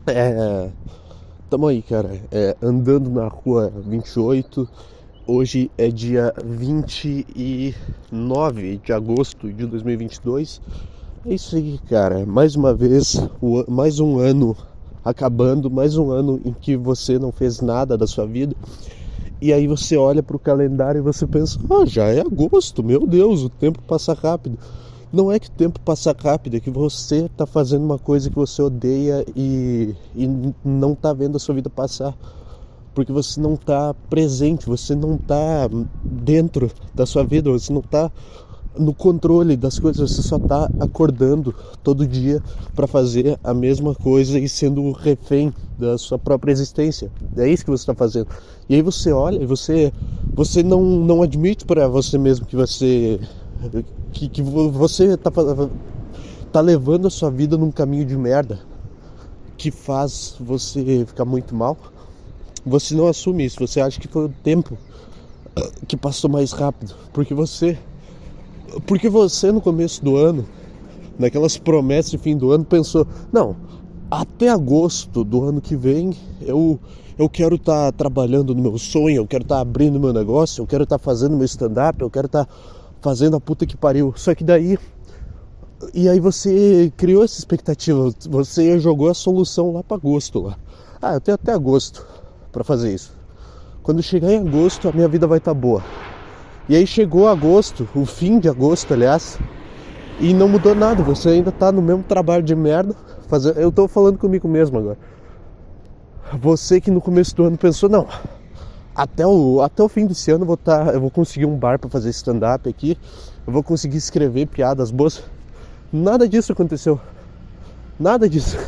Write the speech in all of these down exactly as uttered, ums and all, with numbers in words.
É, tamo aí, cara. É, andando na rua vinte e oito. Hoje é dia vinte e nove de agosto de dois mil e vinte e dois. É isso aí, cara. Mais uma vez, o, mais um ano acabando, mais um ano em que você não fez nada da sua vida. E aí você olha pro calendário e você pensa, ah, já é agosto, meu Deus, o tempo passa rápido. Não é que o tempo passa rápido, é que você tá fazendo uma coisa que você odeia e, e não tá vendo a sua vida passar. Porque você não tá presente, você não tá dentro da sua vida, você não tá no controle das coisas, você só tá acordando todo dia para fazer a mesma coisa e sendo refém da sua própria existência. É isso que você está fazendo. E aí você olha e você, você não, não admite para você mesmo que você que, que você tá, tá levando a sua vida num caminho de merda que faz você ficar muito mal. Você não assume isso, você acha que foi o tempo que passou mais rápido, porque você Porque você no começo do ano, naquelas promessas de fim do ano, pensou, não, até agosto do ano que vem eu, eu quero estar tá trabalhando no meu sonho, eu quero estar tá abrindo meu negócio, eu quero estar tá fazendo meu stand-up, eu quero estar tá fazendo a puta que pariu. Só que daí, e aí você criou essa expectativa, você jogou a solução lá para agosto lá. Ah, eu tenho até agosto para fazer isso. Quando chegar em agosto a minha vida vai estar tá boa. E aí chegou agosto, o fim de agosto, aliás, e não mudou nada, você ainda tá no mesmo trabalho de merda. Fazendo... Eu tô falando comigo mesmo agora. Você que no começo do ano pensou, não, até o, até o fim desse ano eu vou, tá, eu vou conseguir um bar pra fazer stand-up aqui, eu vou conseguir escrever piadas boas. Nada disso aconteceu. Nada disso.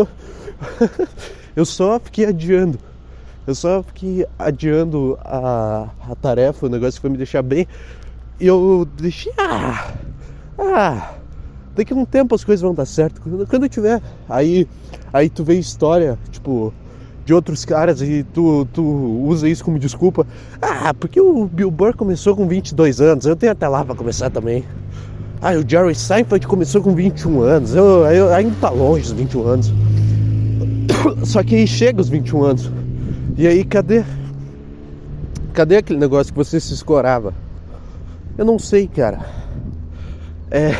Eu só fiquei adiando. Eu só fiquei adiando a, a tarefa, o negócio que foi me deixar bem. E eu deixei, ah, ah, daqui a um tempo as coisas vão dar certo. Quando, quando eu tiver, aí, aí tu vê história, tipo, de outros caras e tu, tu usa isso como desculpa. Ah, porque o Bill Burr começou com vinte e dois anos, eu tenho até lá pra começar também. Ah, o Jerry Seinfeld começou com vinte e um anos, eu, eu ainda tá longe dos vinte e um anos. Só que aí chega os vinte e um anos. E aí, cadê? Cadê aquele negócio que você se escorava? Eu não sei, cara. É...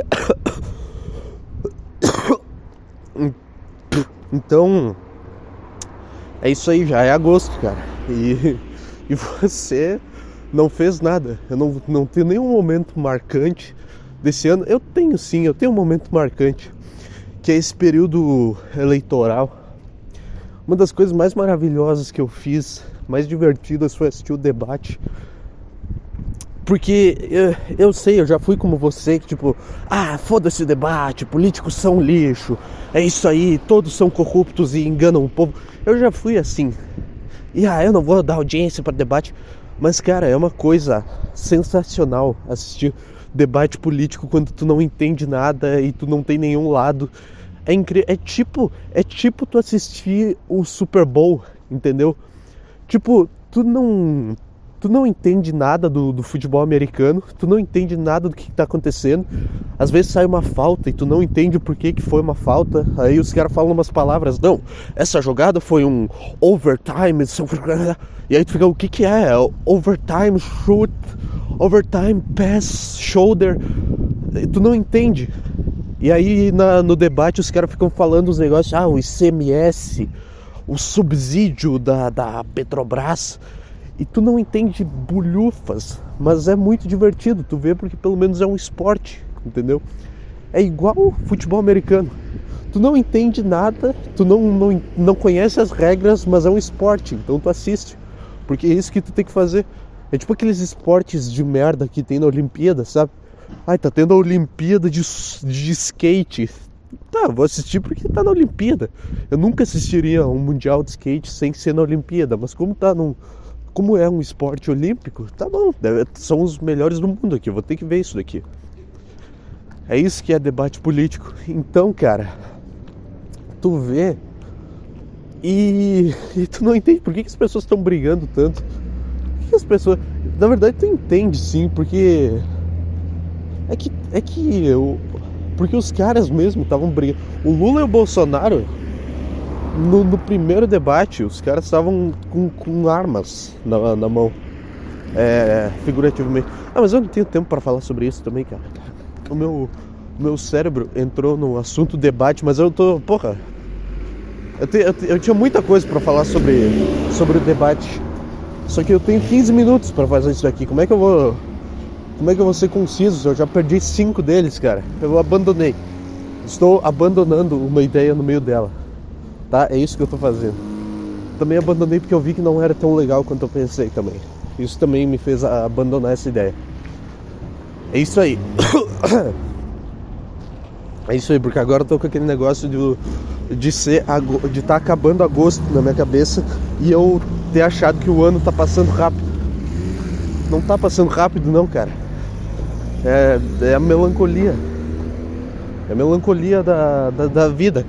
Então... É isso aí, já é agosto, cara. E, e você não fez nada. Eu não, não tenho nenhum momento marcante desse ano. Eu tenho sim, eu tenho um momento marcante, que é esse período eleitoral. Uma das coisas mais maravilhosas que eu fiz, mais divertidas, foi assistir o debate. Porque eu, eu sei, eu já fui como você, que tipo, ah, foda-se o debate, políticos são lixo, é isso aí, todos são corruptos e enganam o povo. Eu já fui assim. E ah, eu não vou dar audiência para debate. Mas cara, é uma coisa sensacional assistir debate político quando tu não entende nada e tu não tem nenhum lado. É incrível, é tipo, é tipo tu assistir o Super Bowl, entendeu? Tipo, tu não, tu não entende nada do, do futebol americano, tu não entende nada do que tá acontecendo. Às vezes sai uma falta e tu não entende por que que foi uma falta. Aí os caras falam umas palavras, não, essa jogada foi um overtime, e aí tu fica, o que que é? Overtime shoot, overtime pass, shoulder, e tu não entende. E aí na, no debate os caras ficam falando os negócios, ah, o I C M S, o subsídio da, da Petrobras, e tu não entende bulhufas, mas é muito divertido, tu vê, porque pelo menos é um esporte, entendeu? É igual futebol americano, tu não entende nada, tu não, não, não conhece as regras, mas é um esporte, então tu assiste, porque é isso que tu tem que fazer. É tipo aqueles esportes de merda que tem na Olimpíada, sabe? Ai, tá tendo a Olimpíada de, de skate. Tá, vou assistir porque tá na Olimpíada. Eu nunca assistiria um Mundial de Skate sem ser na Olimpíada. Mas como tá num, como é um esporte olímpico, tá bom, deve, são os melhores do mundo aqui, eu vou ter que ver isso daqui. É isso que é debate político. Então, cara, tu vê e, e tu não entende por que, que as pessoas estão brigando tanto. Por que, que as pessoas... Na verdade tu entende sim, porque... É que, é que eu, porque os caras mesmo estavam brigando. O Lula e o Bolsonaro, no, no primeiro debate, os caras estavam com, com armas na, na mão. É, figurativamente. Ah, mas eu não tenho tempo pra falar sobre isso também, cara. O meu, meu cérebro entrou no assunto debate, mas eu tô... Porra... Eu, te, eu, te, eu tinha muita coisa pra falar sobre, sobre o debate. Só que eu tenho quinze minutos pra fazer isso daqui. Como é que eu vou... Como é que eu vou ser conciso? Eu já perdi cinco deles, cara. Eu abandonei. Estou abandonando uma ideia no meio dela. Tá? É isso que eu tô fazendo. Também abandonei porque eu vi que não era tão legal quanto eu pensei também. Isso também me fez abandonar essa ideia. É isso aí. É isso aí, porque agora eu tô com aquele negócio de, de ser de estar tá acabando agosto na minha cabeça e eu ter achado que o ano tá passando rápido. Não tá passando rápido não, cara. É, é a melancolia. É a melancolia da, da, da vida.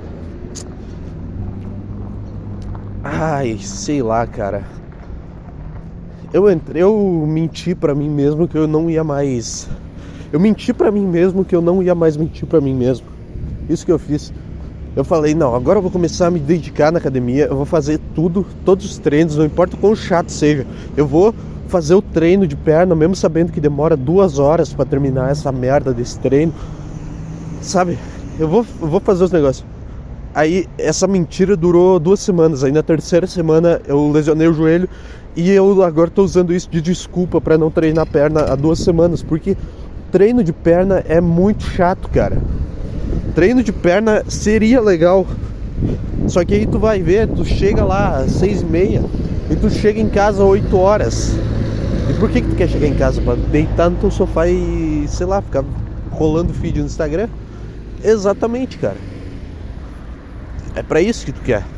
Ai, sei lá, cara. Eu entrei, eu menti pra mim mesmo que eu não ia mais... Eu menti pra mim mesmo que eu não ia mais mentir pra mim mesmo. Isso que eu fiz. Eu falei, não, agora eu vou começar a me dedicar na academia. Eu vou fazer tudo, todos os treinos, não importa o quão chato seja. Eu vou fazer o treino de perna, mesmo sabendo que demora duas horas pra terminar essa merda desse treino. Sabe? Eu vou, eu vou fazer os negócios. Aí essa mentira durou duas semanas. Aí na terceira semana eu lesionei o joelho. E eu agora tô usando isso de desculpa pra não treinar a perna há duas semanas. Porque treino de perna é muito chato, cara. Treino de perna seria legal. Só que aí tu vai ver, tu chega lá às seis e meia e tu chega em casa às oito horas. E por que que tu quer chegar em casa? Pra deitar no teu sofá e, sei lá, ficar rolando feed no Instagram? Exatamente, cara. É pra isso que tu quer.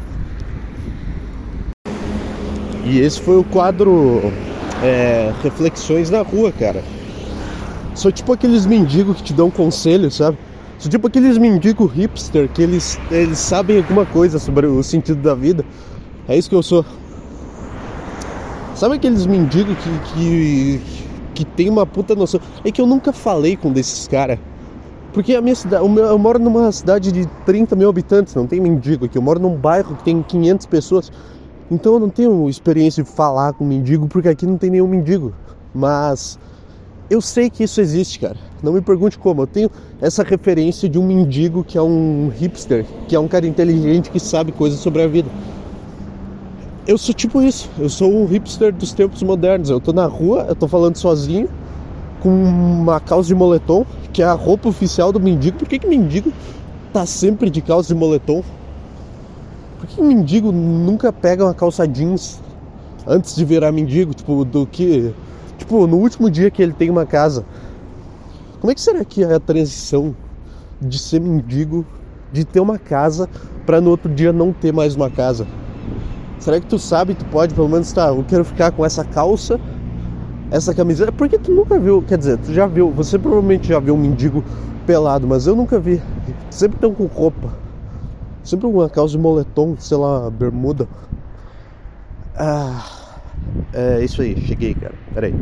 E esse foi o quadro é, Reflexões na Rua, cara. Sou tipo aqueles mendigos que te dão conselho, sabe? Sou tipo aqueles mendigos hipster que eles, eles sabem alguma coisa sobre o sentido da vida. É isso que eu sou. Sabe aqueles mendigos que, que, que tem uma puta noção? É que eu nunca falei com desses caras. Porque a minha cidade, eu moro numa cidade de trinta mil habitantes, não tem mendigo aqui. Eu moro num bairro que tem quinhentas pessoas. Então eu não tenho experiência de falar com mendigo, porque aqui não tem nenhum mendigo. Mas eu sei que isso existe, cara. Não me pergunte como. Eu tenho essa referência de um mendigo que é um hipster, que é um cara inteligente que sabe coisas sobre a vida. Eu sou tipo isso. Eu sou um hipster dos tempos modernos. Eu tô na rua, eu tô falando sozinho, com uma calça de moletom, que é a roupa oficial do mendigo. Por que que mendigo tá sempre de calça de moletom? Por que mendigo nunca pega uma calça jeans antes de virar mendigo? Tipo, do que... Tipo, no último dia que ele tem uma casa. Como é que será que é a transição de ser mendigo, de ter uma casa, pra no outro dia não ter mais uma casa? Será que tu sabe, tu pode, pelo menos, tá, eu quero ficar com essa calça, essa camiseta? Porque tu nunca viu, quer dizer, tu já viu, você provavelmente já viu um mendigo pelado, mas eu nunca vi. Sempre estão com roupa. Sempre uma calça de moletom, sei lá, bermuda. Ah, é isso aí, cheguei, cara. Pera aí.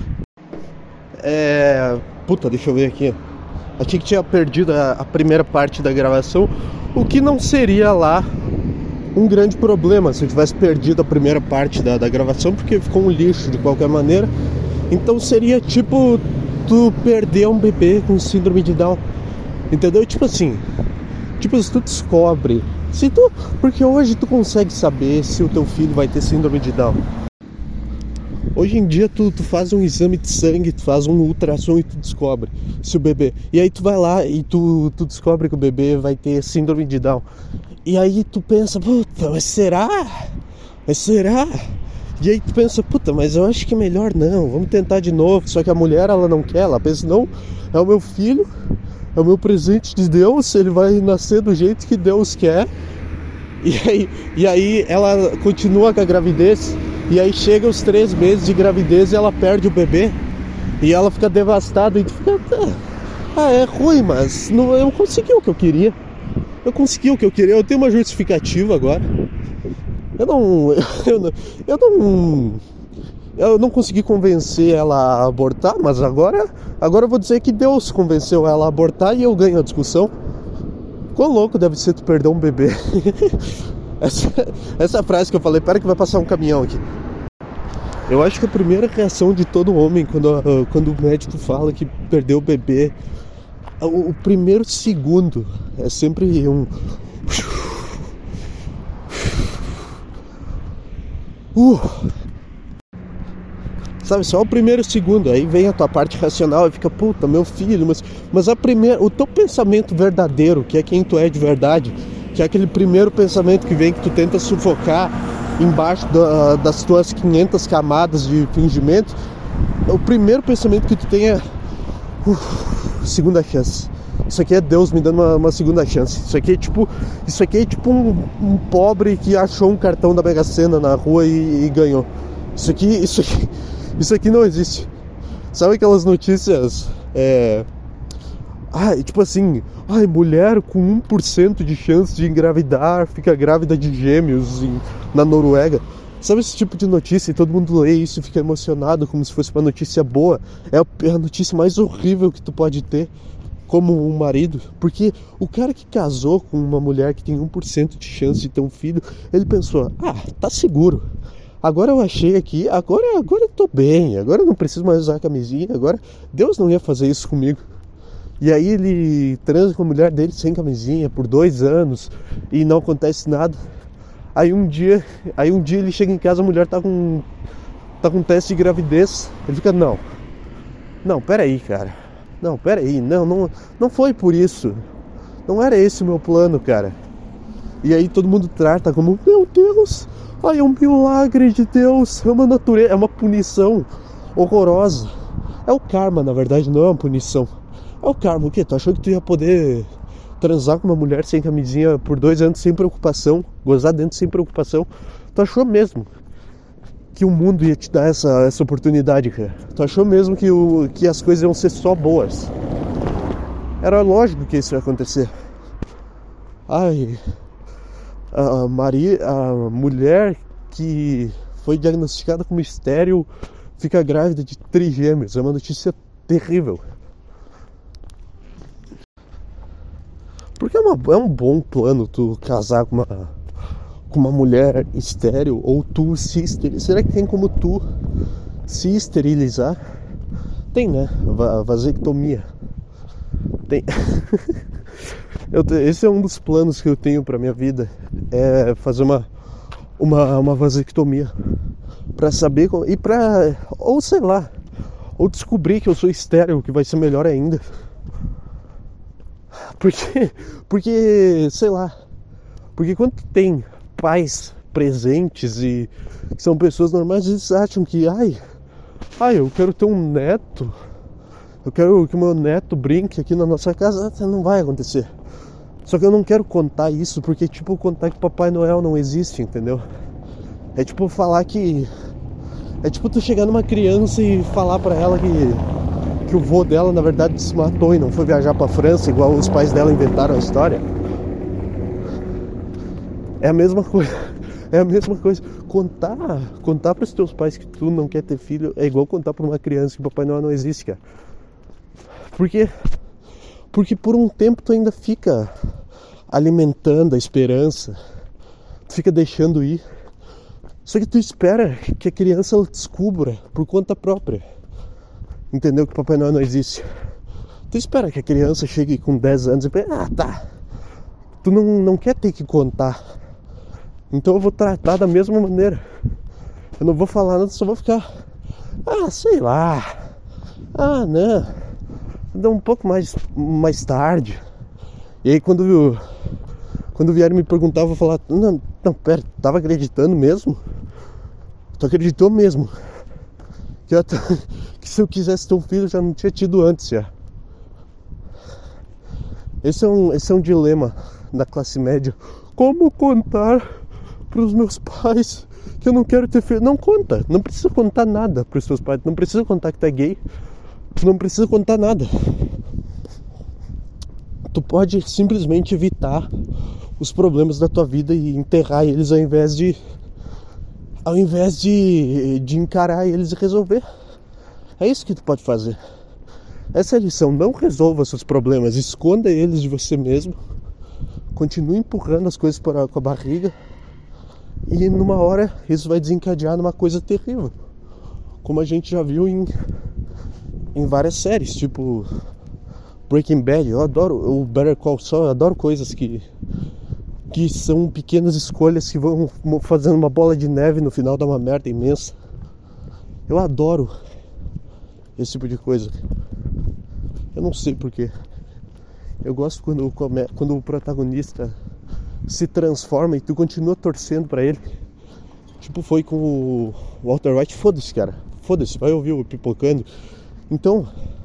É... Puta, deixa eu ver aqui. Achei que tinha perdido a, a primeira parte da gravação, o que não seria lá um grande problema se eu tivesse perdido a primeira parte da, da gravação, porque ficou um lixo de qualquer maneira. Então seria tipo tu perder um bebê com síndrome de Down. Entendeu? Tipo assim, tipo se tu descobre, se tu, porque hoje tu consegue saber se o teu filho vai ter síndrome de Down. Hoje em dia tu, tu faz um exame de sangue, tu faz um ultrassom e tu descobre se o bebê... E aí tu vai lá e tu, tu descobre que o bebê vai ter síndrome de Down. E aí tu pensa, puta, mas será? Mas será? E aí tu pensa, puta, mas eu acho que é melhor não, vamos tentar de novo. Só que a mulher, ela não quer, ela pensa, não, é o meu filho, é o meu presente de Deus, ele vai nascer do jeito que Deus quer. E aí, e aí ela continua com a gravidez. E aí chega os três meses de gravidez e ela perde o bebê. E ela fica devastada e tu fica... Ah, é ruim, mas não, eu consegui o que eu queria. Eu consegui o que eu queria, eu tenho uma justificativa agora. Eu não... Eu não... Eu não, eu não consegui convencer ela a abortar, mas agora... Agora eu vou dizer que Deus convenceu ela a abortar e eu ganho a discussão. Quão louco deve ser tu perder um bebê. Essa, essa frase que eu falei, pera que vai passar um caminhão aqui. Eu acho que a primeira reação de todo homem quando, quando o médico fala que perdeu o bebê, o, o primeiro segundo é sempre um... Uh, sabe, só o primeiro segundo, aí vem a tua parte racional e fica, puta, meu filho, mas, mas a primeira, o teu pensamento verdadeiro, que é quem tu é de verdade, que é aquele primeiro pensamento que vem que tu tenta sufocar embaixo da, das tuas quinhentas camadas de fingimento, o primeiro pensamento que tu tem é uh, segunda chance. Isso aqui é Deus me dando uma, uma segunda chance. Isso aqui é tipo, isso aqui é tipo um, um pobre que achou um cartão da Mega Sena na rua e, e ganhou. Isso aqui, isso aqui, isso aqui não existe. Sabe aquelas notícias? É... Ah, tipo assim, ai, mulher com um por cento de chance de engravidar fica grávida de gêmeos em, na Noruega. Sabe esse tipo de notícia? E todo mundo lê isso e fica emocionado como se fosse uma notícia boa. É a, é a notícia mais horrível que tu pode ter como um marido. Porque o cara que casou com uma mulher que tem um por cento de chance de ter um filho, ele pensou, ah, tá seguro. Agora eu achei aqui, agora, agora eu tô bem, agora eu não preciso mais usar a camisinha, agora Deus não ia fazer isso comigo. E aí ele transa com a mulher dele sem camisinha por dois anos e não acontece nada. Aí um dia, aí um dia ele chega em casa, a mulher tá com, tá com um teste de gravidez. Ele fica, não, não, peraí, cara. Não, peraí, não, não, não foi por isso. Não era esse o meu plano, cara. E aí todo mundo trata como, meu Deus, ai, é um milagre de Deus, é uma natureza, é uma punição horrorosa. É o karma, na verdade, não é uma punição. É o karma, o quê? Tu achou que tu ia poder transar com uma mulher sem camisinha por dois anos sem preocupação, gozar dentro sem preocupação? Tu achou mesmo que o mundo ia te dar essa, essa oportunidade, cara? Tu achou mesmo que, o, que as coisas iam ser só boas? Era lógico que isso ia acontecer. Ai, a, Maria, a mulher que foi diagnosticada como estéril fica grávida de trigêmeos. É uma notícia terrível. Porque é, uma, é um bom plano tu casar com uma, com uma mulher estéril, ou tu se esterilizar. Será que tem como tu se esterilizar? Tem, né? Va- vasectomia. Tem. eu te, esse é um dos planos que eu tenho pra minha vida. É fazer uma, uma, uma vasectomia. Pra saber como, e pra... Ou sei lá. Ou descobrir que eu sou estéril, que vai ser melhor ainda. Porque, porque, sei lá, porque quando tem pais presentes e que são pessoas normais, eles acham que, ai, ai, eu quero ter um neto, eu quero que o meu neto brinque aqui na nossa casa. Não vai acontecer. Só que eu não quero contar isso, porque tipo, contar que Papai Noel não existe, entendeu? É tipo falar que, é tipo tu chegar numa criança e falar pra ela que que o vô dela na verdade se matou e não foi viajar pra França igual os pais dela inventaram a história. É a mesma coisa. É a mesma coisa. Contar, contar pros teus pais que tu não quer ter filho é igual contar pra uma criança que Papai Noel não existe, cara. Porque porque por um tempo tu ainda fica alimentando a esperança. Tu fica deixando ir. Só que tu espera que a criança ela descubra por conta própria. Entendeu que Papai Noel não existe. Tu espera que a criança chegue com dez anos e pense, ah, tá. Tu não, não quer ter que contar. Então eu vou tratar da mesma maneira. Eu não vou falar nada, só vou ficar, ah, sei lá. Ah, não. Dá um pouco mais, mais tarde. E aí quando, quando vierem me perguntar, eu vou falar, não, não, pera, tava acreditando mesmo? Tu acreditou mesmo? Que, eu, que se eu quisesse ter um filho, já não tinha tido antes já. Esse é um, esse é um dilema da classe média. Como contar para os meus pais que eu não quero ter filho? Não conta, não precisa contar nada para os seus pais. Não precisa contar que tu é gay. Não precisa contar nada. Tu pode simplesmente evitar os problemas da tua vida e enterrar eles ao invés de ao invés de, de encarar eles e resolver. É isso que tu pode fazer. Essa é a lição. Não resolva seus problemas, esconda eles de você mesmo. Continue empurrando as coisas para, com a barriga E numa hora isso vai desencadear numa coisa terrível, como a gente já viu em, em várias séries, tipo Breaking Bad. Eu adoro o Better Call Saul, eu adoro coisas que que são pequenas escolhas que vão fazendo uma bola de neve, no final dá uma merda imensa. Eu adoro esse tipo de coisa. Eu não sei porquê. Eu gosto quando, quando o protagonista se transforma e tu continua torcendo pra ele. Tipo, foi com o Walter White. Foda-se, cara. Foda-se, vai ouvir o Pipocando. Então,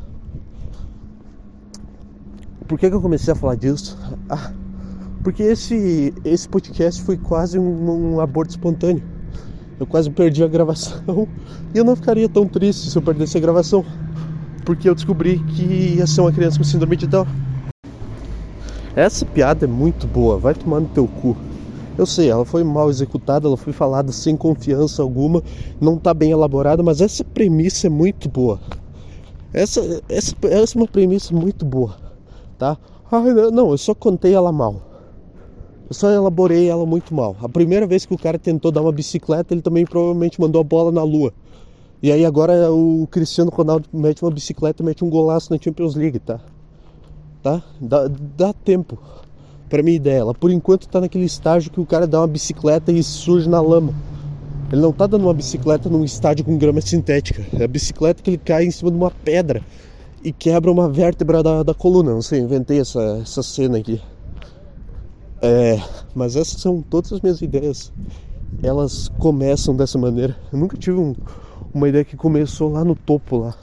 por que que eu comecei a falar disso? Ah, porque esse, esse podcast foi quase um, um aborto espontâneo. Eu quase perdi a gravação. E eu não ficaria tão triste se eu perdesse a gravação, porque eu descobri que ia ser uma criança com síndrome de Down. Essa piada é muito boa, vai tomar no teu cu. Eu sei, ela foi mal executada, ela foi falada sem confiança alguma, não tá bem elaborada, mas essa premissa é muito boa. Essa, essa, essa é uma premissa muito boa, tá? Ah, não, eu só contei ela mal. Eu só elaborei ela muito mal. A primeira vez que o cara tentou dar uma bicicleta, ele também provavelmente mandou a bola na lua. E aí agora o Cristiano Ronaldo mete uma bicicleta e mete um golaço na Champions League, tá? Tá? Dá, dá tempo pra minha ideia. Ela por enquanto tá naquele estágio que o cara dá uma bicicleta e surge na lama. Ele não tá dando uma bicicleta num estádio com grama sintética. É a bicicleta que ele cai em cima de uma pedra e quebra uma vértebra da, da coluna. Não sei, inventei essa, essa cena aqui. É, mas essas são todas as minhas ideias. Elas começam dessa maneira. Eu nunca tive um, uma ideia que começou lá no topo lá.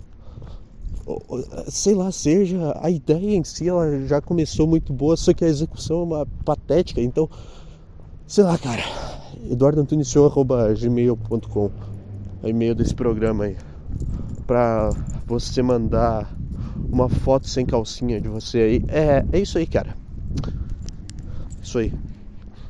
Sei lá, seja a ideia em si, ela já começou muito boa, só que a execução é uma patética. Então, sei lá, cara. eduardo antunes show arroba gmail ponto com é o e-mail desse programa aí, pra você mandar uma foto sem calcinha de você aí. É, é isso aí, cara. Isso aí.